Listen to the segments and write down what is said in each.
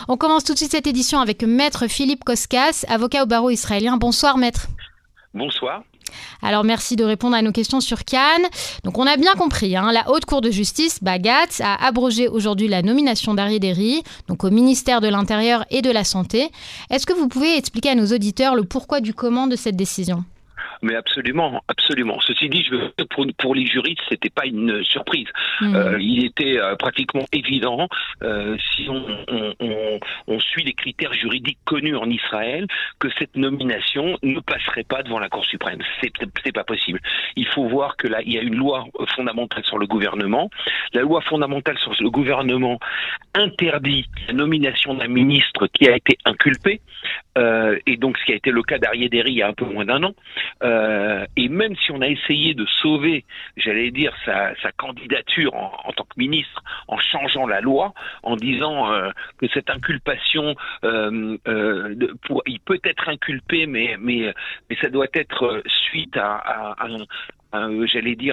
On commence tout de suite cette édition avec Maître Philippe Koskas, avocat au barreau israélien. Bonsoir Maître. Bonsoir. Alors merci de répondre à nos questions sur Cannes. Donc on a bien compris, la Haute Cour de justice, Bagatz, a abrogé aujourd'hui la nomination d'Aryeh Deri, donc au ministère de l'Intérieur et de la Santé. Est-ce que vous pouvez expliquer à nos auditeurs le pourquoi du comment de cette décision ? Mais absolument, absolument. Ceci dit, pour les juristes, c'était pas une surprise. Il était pratiquement évident, si on suit les critères juridiques connus en Israël, que cette nomination ne passerait pas devant la Cour suprême. C'est pas possible. Il faut voir que là, il y a une loi fondamentale sur le gouvernement. La loi fondamentale sur le gouvernement interdit la nomination d'un ministre qui a été inculpé, et donc ce qui a été le cas d'Aryeh Deri il y a un peu moins d'un an. Et même si on a essayé de sauver, j'allais dire, sa candidature en tant que ministre en changeant la loi, en disant que cette inculpation, il peut être inculpé, mais ça doit être suite à j'allais dire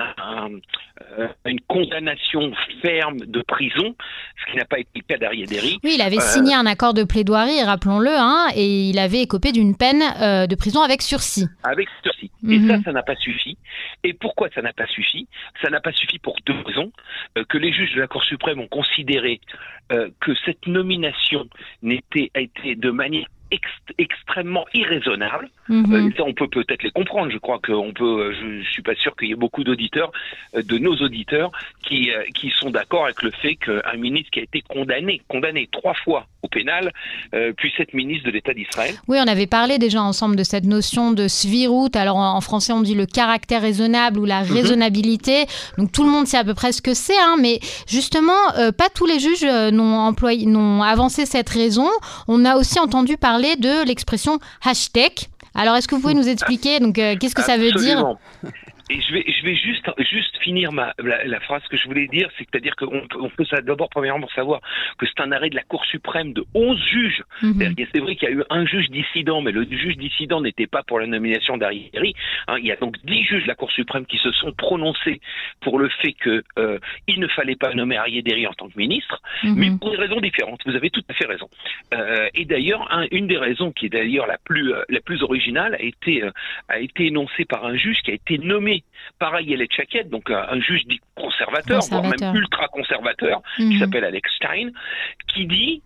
une condamnation ferme de prison, ce qui n'a pas été le cas d'Aryeh Deri. Oui, il avait signé un accord de plaidoirie, rappelons-le, et il avait écopé d'une peine de prison avec sursis. Avec sursis. Et ça n'a pas suffi. Et pourquoi ça n'a pas suffi ? Ça n'a pas suffi pour deux raisons. Que les juges de la Cour suprême ont considéré que cette nomination a été de manière extrêmement irraisonnable. Ça, on peut peut-être les comprendre. Je crois qu'on peut. Je suis pas sûr qu'il y ait beaucoup d'auditeurs, de nos auditeurs, qui sont d'accord avec le fait qu'un ministre qui a été condamné 3 fois au pénal puisse être ministre de l'État d'Israël. Oui, on avait parlé déjà ensemble de cette notion de svirut. Alors en français, on dit le caractère raisonnable ou la raisonnabilité. Donc tout le monde sait à peu près ce que c'est, mais justement, pas tous les juges n'ont avancé cette raison. On a aussi entendu parler de l'expression hashtag. Alors, est-ce que vous pouvez nous expliquer qu'est-ce que ça veut dire ? Et je vais juste finir la phrase que je voulais dire, c'est-à-dire qu'on peut ça d'abord premièrement savoir que c'est un arrêt de la Cour suprême de 11 juges. C'est vrai qu'il y a eu un juge dissident, mais le juge dissident n'était pas pour la nomination d'Aryeh Deri. Il y a donc 10 juges de la Cour suprême qui se sont prononcés pour le fait que il ne fallait pas nommer Aryeh Deri en tant que ministre, mais pour des raisons différentes. Vous avez tout à fait raison. Et d'ailleurs, une des raisons qui est d'ailleurs la plus originale a été énoncée par un juge qui a été nommé par Ayelet Shaked, donc un juge dit conservateur, voire même ultra-conservateur, qui s'appelle Alex Stein, qui dit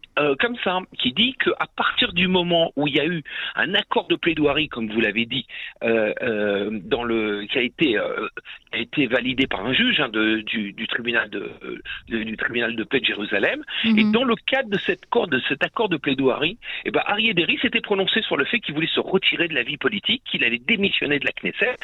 qu'à partir du moment où il y a eu un accord de plaidoirie, comme vous l'avez dit, qui a été validé par un juge du tribunal de paix de Jérusalem, et dans le cadre de cet accord de plaidoirie, Aryeh Deri s'était prononcé sur le fait qu'il voulait se retirer de la vie politique, qu'il allait démissionner de la Knesset.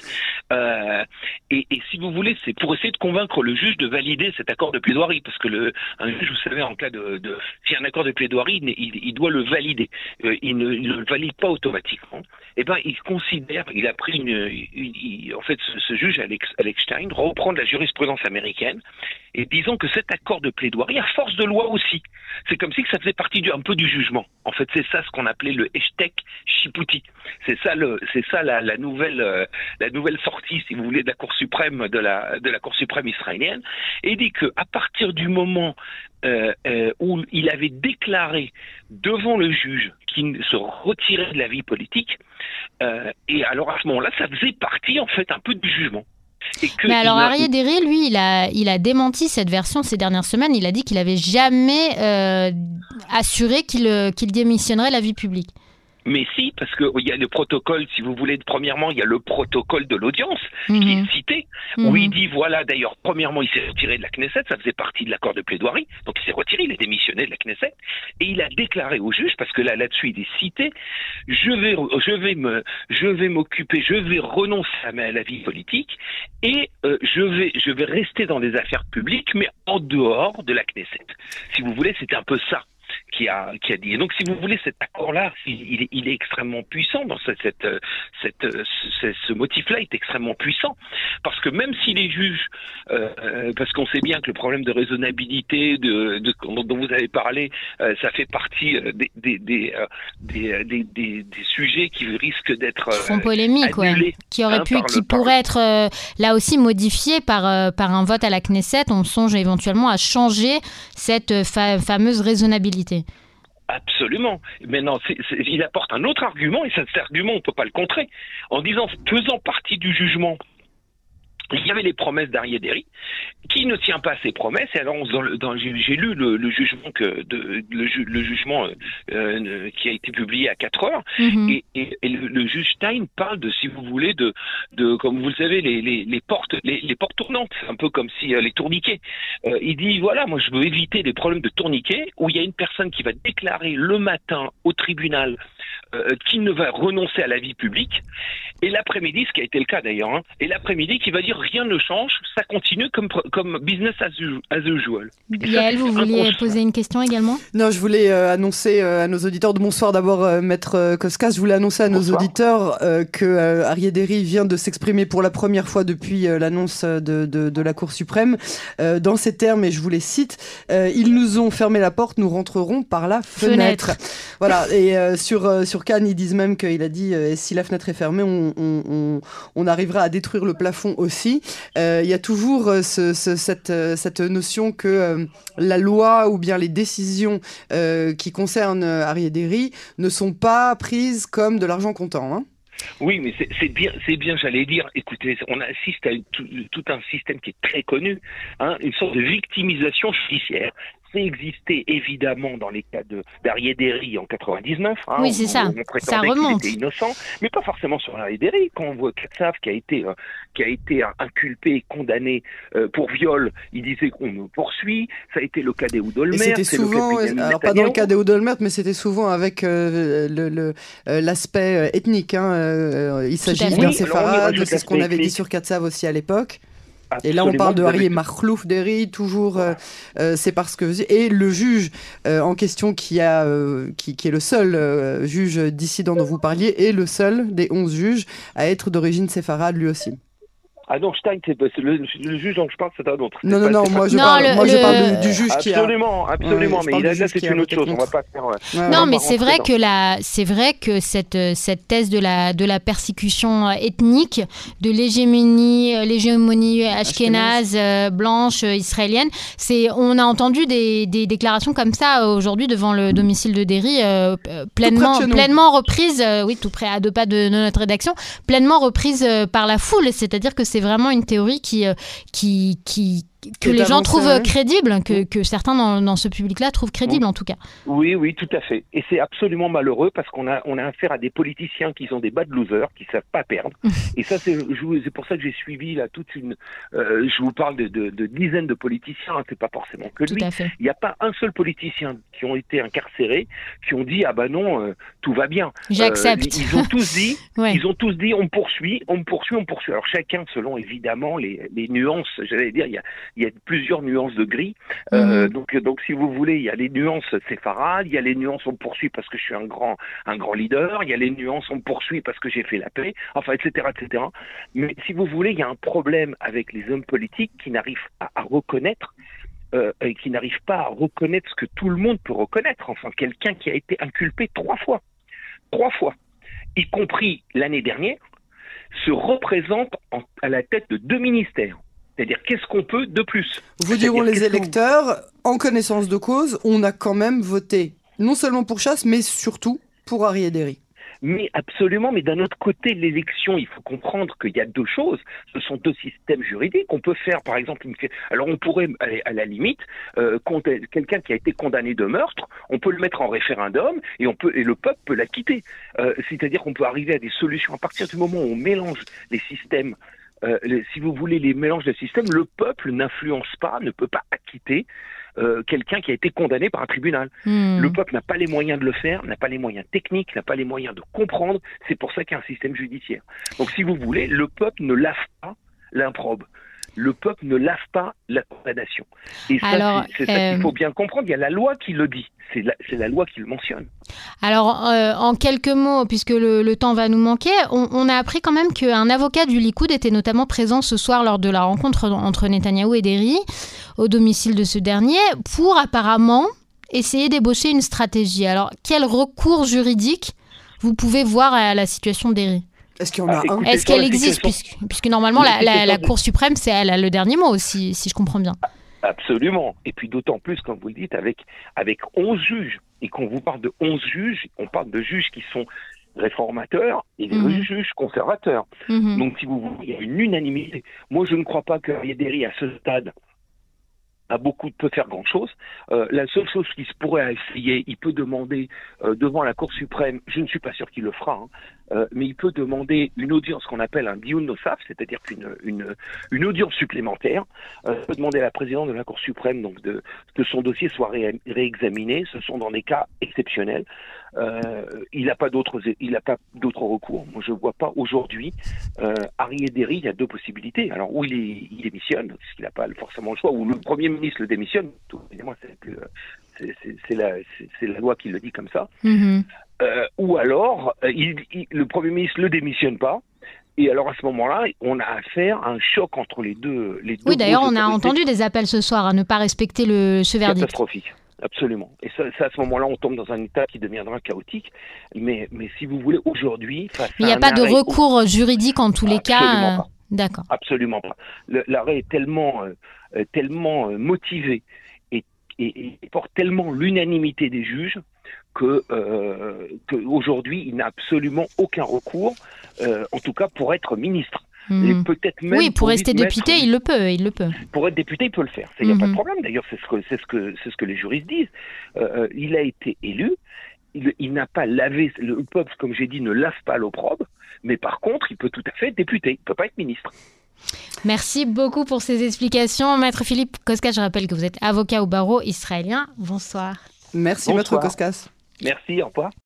Et si vous voulez, c'est pour essayer de convaincre le juge de valider cet accord de plaidoirie, parce que un juge, vous savez, en cas si un accord de plaidoirie, il doit le valider. Il ne le valide pas automatiquement. Il considère, il a pris ce juge, Alex Stein, reprend de la jurisprudence américaine, et disons que cet accord de plaidoirie, à force de loi aussi, c'est comme si ça faisait partie un peu du jugement. En fait, c'est ça ce qu'on appelait le hashtag Shiputi. C'est ça la nouvelle sortie, si vous voulez, de la Cour suprême de la Cour suprême israélienne, et dit que à partir du moment où il avait déclaré devant le juge qu'il se retirait de la vie politique, et alors à ce moment-là, ça faisait partie en fait un peu du jugement. Mais alors Aryeh Deri, lui, il a démenti cette version ces dernières semaines. Il a dit qu'il n'avait jamais assuré qu'il démissionnerait de la vie publique. Mais si, parce qu'il y a le protocole, si vous voulez, premièrement, il y a le protocole de l'audience qui est cité, où il dit, voilà, d'ailleurs, premièrement, il s'est retiré de la Knesset, ça faisait partie de l'accord de plaidoirie, donc il s'est retiré, il a démissionné de la Knesset, et il a déclaré au juge, parce que là-dessus, il est cité, je vais m'occuper, je vais renoncer à la vie politique, et je vais rester dans les affaires publiques, mais en dehors de la Knesset. Si vous voulez, c'était un peu ça qui a dit. Et donc, si vous voulez, cet accord-là, il est extrêmement puissant. Dans ce motif-là est extrêmement puissant, parce que même si les juges, parce qu'on sait bien que le problème de raisonnabilité dont vous avez parlé, ça fait partie des sujets qui risquent d'être font polémique, annulés, qui pourraient être là aussi modifiés par un vote à la Knesset. On songe éventuellement à changer cette fameuse raisonnabilité. Absolument. Maintenant, il apporte un autre argument, et cet argument, on ne peut pas le contrer, en disant, faisant partie du jugement, il y avait les promesses d'Ari Ederi, qui ne tient pas ses promesses. Et alors, j'ai lu le jugement qui a été publié à 4 heures, et le juge Stein parle de, si vous voulez, de comme vous le savez, les portes tournantes, un peu comme si les tourniquets. Il dit voilà, moi je veux éviter des problèmes de tourniquets où il y a une personne qui va déclarer le matin au tribunal qu'il ne va renoncer à la vie publique, et l'après-midi, ce qui a été le cas d'ailleurs, et l'après-midi qui va dire rien ne change, ça continue comme business as usual. Yael, vous vouliez poser une question également ? Non, je voulais annoncer à nos auditeurs, bonsoir d'abord Maître Koskas, je voulais annoncer à nos auditeurs que Ari Ederi vient de s'exprimer pour la première fois depuis l'annonce de la Cour suprême dans ces termes, et je vous les cite, ils nous ont fermé la porte, nous rentrerons par la fenêtre. Voilà, et sur Cannes, ils disent même qu'il a dit si la fenêtre est fermée, on arrivera à détruire le plafond aussi. Il y a toujours cette notion que la loi ou bien les décisions qui concernent Ari Ederi ne sont pas prises comme de l'argent comptant, hein. Oui, mais c'est bien, j'allais dire, écoutez, on assiste à tout un système qui est très connu, une sorte de victimisation judiciaire. C'est existé évidemment dans les cas d'Ari Ederi en 99. Oui, c'est ça. Ça remonte. Il était innocent, mais pas forcément sur Ari Ederi. Quand on voit Katsav qui a été inculpé et condamné pour viol, il disait qu'on me poursuit. Ça a été le cas d'Ehud Olmert. Et c'était souvent, alors pas dans le cas d'Ehud Olmert, mais c'était souvent avec l'aspect ethnique. Il s'agit d'un séfarade, c'est ce qu'on avait dit sur Katsav aussi à l'époque. Absolument. Et là, on parle de Aryeh Maklouf Deri, toujours, c'est parce que... Et le juge en question qui est le seul juge dissident dont vous parliez, est le seul des 11 juges à être d'origine séfarade lui aussi. Ah non, Stein, c'est le juge dont je parle, c'est un autre. Non, moi je parle du juge qui a... Absolument, mais là c'est une autre chose, on va pas faire... Non, mais c'est vrai que cette thèse de la persécution ethnique, de l'hégémonie ashkénaze, blanche, israélienne, on a entendu des déclarations comme ça aujourd'hui devant le domicile de Deri, pleinement reprises, tout près à 2 pas de notre rédaction, pleinement reprises par la foule, c'est-à-dire que c'est vraiment une théorie que les gens trouvent crédible, que certains dans ce public-là trouvent crédible en tout cas. Oui, tout à fait. Et c'est absolument malheureux parce qu'on a affaire à des politiciens qui sont des bad losers, qui savent pas perdre. Et ça, c'est pour ça que j'ai suivi là toute une... je vous parle de dizaines de politiciens, c'est pas forcément que lui. Il n'y a pas un seul politicien qui ont été incarcérés qui ont dit ah bah non, tout va bien. J'accepte. Ils ont tous dit, on me poursuit. Alors chacun selon évidemment les nuances. J'allais dire il y a plusieurs nuances de gris. Donc si vous voulez, il y a les nuances séfarades, il y a les nuances on me poursuit parce que je suis un grand leader, il y a les nuances on me poursuit parce que j'ai fait la paix, enfin etc. Mais si vous voulez, il y a un problème avec les hommes politiques qui n'arrivent pas à reconnaître et qui n'arrivent pas à reconnaître ce que tout le monde peut reconnaître. Enfin, quelqu'un qui a été inculpé 3 fois, y compris l'année dernière, se représente à la tête de 2 ministères. C'est-à-dire, qu'est-ce qu'on peut de plus ? Vous diront les électeurs, en connaissance de cause, on a quand même voté, non seulement pour Chasse, mais surtout pour Ari Ederi. Mais absolument, mais d'un autre côté, l'élection, il faut comprendre qu'il y a 2 choses. Ce sont 2 systèmes juridiques. On peut faire, par exemple, alors on pourrait, à la limite, quelqu'un qui a été condamné de meurtre, on peut le mettre en référendum et le peuple peut l'acquitter. C'est-à-dire qu'on peut arriver à des solutions à partir du moment où on mélange les systèmes. Si vous voulez, les mélanges de systèmes, le peuple n'influence pas, ne peut pas acquitter quelqu'un qui a été condamné par un tribunal. Le peuple n'a pas les moyens de le faire, n'a pas les moyens techniques, n'a pas les moyens de comprendre. C'est pour ça qu'il y a un système judiciaire. Donc si vous voulez, le peuple ne lave pas l'improbe. Le peuple ne lave pas la condamnation. Et ça, c'est ça qu'il faut bien comprendre. Il y a la loi qui le dit. C'est la loi qui le mentionne. Alors, en quelques mots, puisque le temps va nous manquer, on a appris quand même qu'un avocat du Likoud était notamment présent ce soir lors de la rencontre entre Netanyahou et Deri, au domicile de ce dernier, pour apparemment essayer d'ébaucher une stratégie. Alors, quel recours juridique vous pouvez voir à la situation de Deri ? Est-ce qu'il y en a un ? Est-ce qu'elle existe puisque normalement la Cour suprême, elle a le dernier mot, si je comprends bien. Absolument. Et puis d'autant plus, comme vous le dites, avec 11 juges. Et quand vous parle de 11 juges, on parle de juges qui sont réformateurs et des juges conservateurs. Donc, si vous voulez, il y a une unanimité. Moi, je ne crois pas que Arrié-Deri, à ce stade, peut faire grand-chose. La seule chose qu'il se pourrait essayer, il peut demander devant la Cour suprême, je ne suis pas sûr qu'il le fera, mais il peut demander une audience qu'on appelle un dioun nosaf, c'est-à-dire une audience supplémentaire. Il peut demander à la présidente de la Cour suprême donc que son dossier soit réexaminé. Ce sont dans des cas exceptionnels. Il n'a pas d'autres recours. Moi, je ne vois pas aujourd'hui Arrié-Deri. Il y a deux possibilités. Alors, ou il démissionne, parce qu'il n'a pas forcément le choix, ou le Premier ministre le démissionne. Évidemment, c'est la loi qui le dit comme ça. Ou alors, le Premier ministre ne le démissionne pas. Et alors, à ce moment-là, on a affaire à un choc entre les deux. Oui, d'ailleurs, on a entendu des appels ce soir à ne pas respecter ce verdict. Catastrophique. Absolument. Et ça, à ce moment-là, on tombe dans un état qui deviendra chaotique. Mais si vous voulez, aujourd'hui... Il n'y a pas de recours juridique en tous les cas. Pas. D'accord. Absolument pas. L'arrêt est tellement motivé et porte tellement l'unanimité des juges qu'aujourd'hui, il n'a absolument aucun recours, en tout cas pour être ministre. Et peut-être même pour rester député, il le peut. Pour être député, il peut le faire. Il n'y a pas de problème. D'ailleurs, c'est ce que les juristes disent. Il a été élu. Il n'a pas lavé. Le peuple, comme j'ai dit, ne lave pas l'opprobre. Mais par contre, il peut tout à fait être député. Il ne peut pas être ministre. Merci beaucoup pour ces explications. Maître Philippe Koskas, je rappelle que vous êtes avocat au barreau israélien. Bonsoir. Merci, Maître Koskas. Merci, au revoir.